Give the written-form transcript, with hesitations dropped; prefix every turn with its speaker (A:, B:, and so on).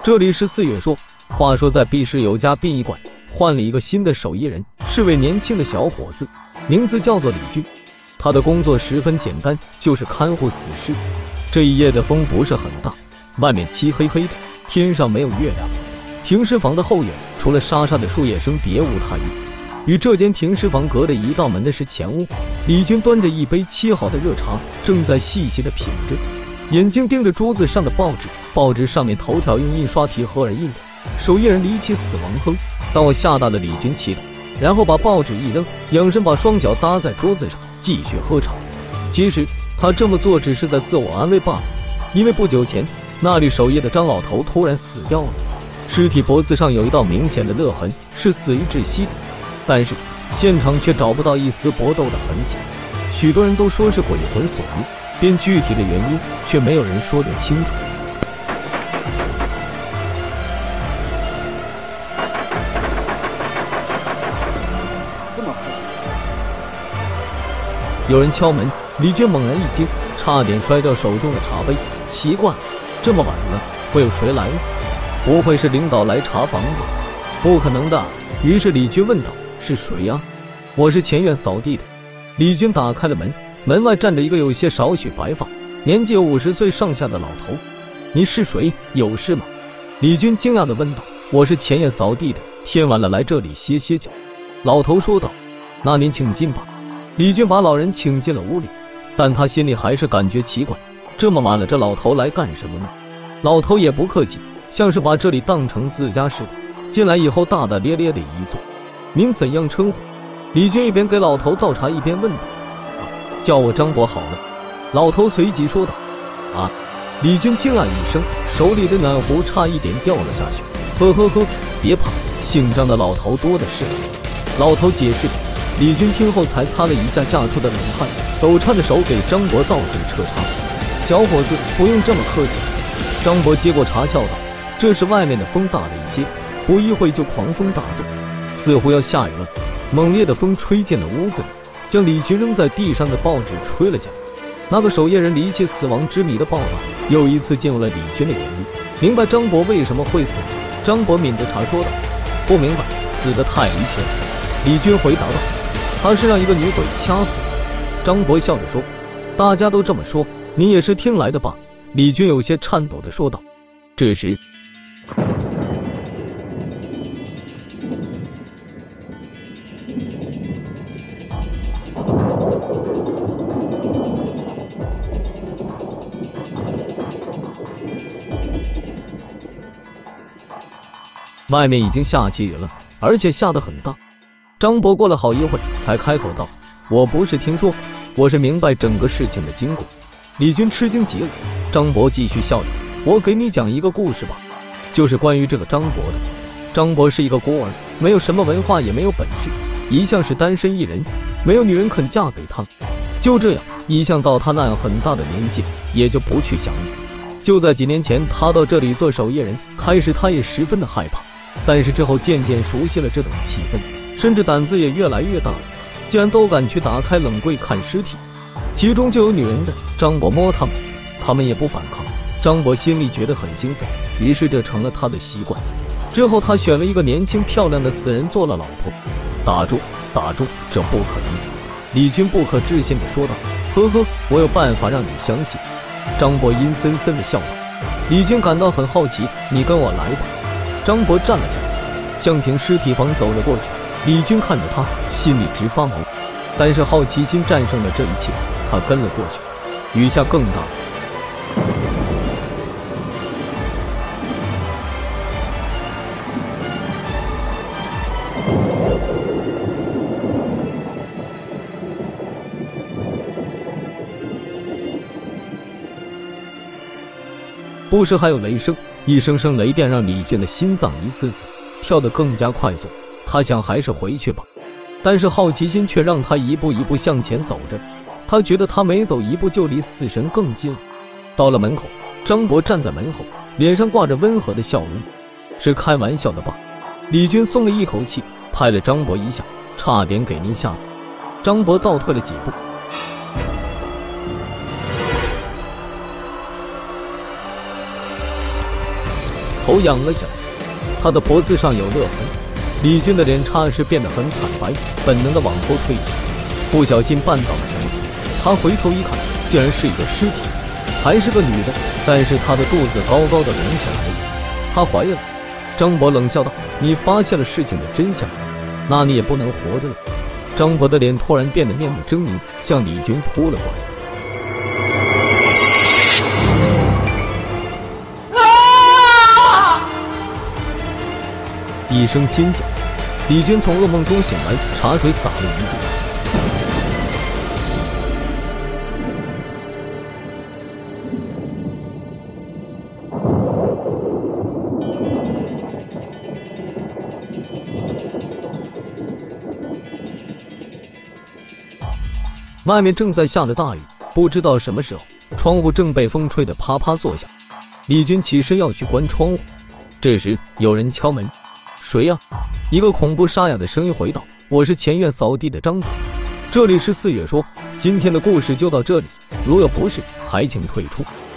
A: 这里是四月说。话说在 B 市有家殡仪馆换了一个新的守夜人，是位年轻的小伙子，名字叫做李军。他的工作十分简单，就是看护死尸。这一夜的风不是很大，外面漆黑黑的，天上没有月亮。停尸房的后院除了沙沙的树叶声别无他意。与这间停尸房隔着一道门的是前屋，李军端着一杯沏好的热茶，正在细细的品着，眼睛盯着桌子上的报纸，报纸上面头条用印刷体荷尔印的守夜人离奇死亡哼，当我吓大了李军气的，然后把报纸一扔，仰身把双脚搭在桌子上继续喝茶。其实他这么做只是在自我安慰罢了，因为不久前那里守夜的张老头突然死掉了，尸体脖子上有一道明显的勒痕，是死于窒息的，但是现场却找不到一丝搏斗的痕迹。许多人都说是鬼魂所为，便具体的原因却没有人说得清楚。有人敲门，李军猛然一惊，差点摔掉手中的茶杯。奇怪，这么晚了，会有谁来呢？不会是领导来查房吧？不可能的。于是李军问道：“是谁呀？”“我是前院扫地的。”李军打开了门，门外站着一个有些少许白发、年纪有50岁上下的老头。“你是谁？有事吗？”李军惊讶地问道。“我是前院扫地的，天晚了来这里歇歇脚。”老头说道。“那您请进吧。”李军把老人请进了屋里，但他心里还是感觉奇怪，这么晚了这老头来干什么呢？老头也不客气，像是把这里当成自家似的，进来以后大大咧咧的一坐。“您怎样称呼？”李军一边给老头倒茶一边问道。“叫我张伯好了。”老头随即说道。“啊！”李军惊讶一声，手里的暖壶差一点掉了下去。“呵呵呵，别怕，姓张的老头多的是。”老头解释道。李军听后才擦了一下下出的冷汗，抖颤的手给张伯倒水撤茶。“小伙子，不用这么客气。”张伯接过茶笑道。这是外面的风大了一些，不一会就狂风大作，似乎要下雨了。猛烈的风吹进了屋子里，将李军扔在地上的报纸吹了下来。那个守夜人离奇死亡之谜的报道又一次进入了李军的眼里。明白张伯为什么会死？张伯抿着茶说道。“不明白，死得太离奇了。”李军回答道。“他是让一个女鬼掐死的。”张伯笑着说。“大家都这么说，你也是听来的吧？”李军有些颤抖地说道。这时外面已经下起雨了，而且下得很大。张伯过了好一会才开口道：“我不是听说，我是明白整个事情的经过。”李军吃惊极了。张伯继续笑着：“我给你讲一个故事吧，就是关于这个张伯的。张伯是一个孤儿，没有什么文化，也没有本事，一向是单身一人，没有女人肯嫁给他。就这样，一向到他那样很大的年纪，也就不去想了。就在几年前，他到这里做守夜人，开始他也十分的害怕，但是之后渐渐熟悉了这种气氛。甚至胆子也越来越大了，竟然都敢去打开冷柜看尸体，其中就有女人的。张伯摸他们，他们也不反抗。张伯心里觉得很兴奋，于是这成了他的习惯。之后他选了一个年轻漂亮的死人做了老婆。“打住，打住，这不可能！”李军不可置信地说道。“呵呵，我有办法让你相信。”张伯阴森森地笑道。李军感到很好奇：“你跟我来吧。”张伯站了起来，向停尸体房走了过去。李军看着他，心里直发毛，但是好奇心战胜了这一切，他跟了过去。雨下更大了。不时还有雷声，一声声雷电让李军的心脏一次次跳得更加快速。他想还是回去吧，但是好奇心却让他一步一步向前走着。他觉得他每走一步就离死神更近了。到了门口，张伯站在门后，脸上挂着温和的笑容。“是开玩笑的吧？”李军松了一口气，拍了张伯一下，差点给您吓死。张伯倒退了几步。 头仰了下来，他的脖子上有勒痕。李军的脸霎时变得很惨白，本能的往后退一步，不小心绊倒了什么。他回头一看，竟然是一个尸体，还是个女的，但是她的肚子高高的隆起来了，她怀孕了。张博冷笑道：“你发现了事情的真相，那你也不能活着了。”张博的脸突然变得面目狰狞，向李军扑了过来。一声尖叫，李军从噩梦中醒来，茶水洒了一地。外面正在下着大雨，不知道什么时候，窗户正被风吹得啪啪作响。李军起身要去关窗户，这时有人敲门。谁呀？一个恐怖沙哑的声音回道：“我是前院扫地的张总，这里是四月说，今天的故事就到这里，如有不适，还请退出。”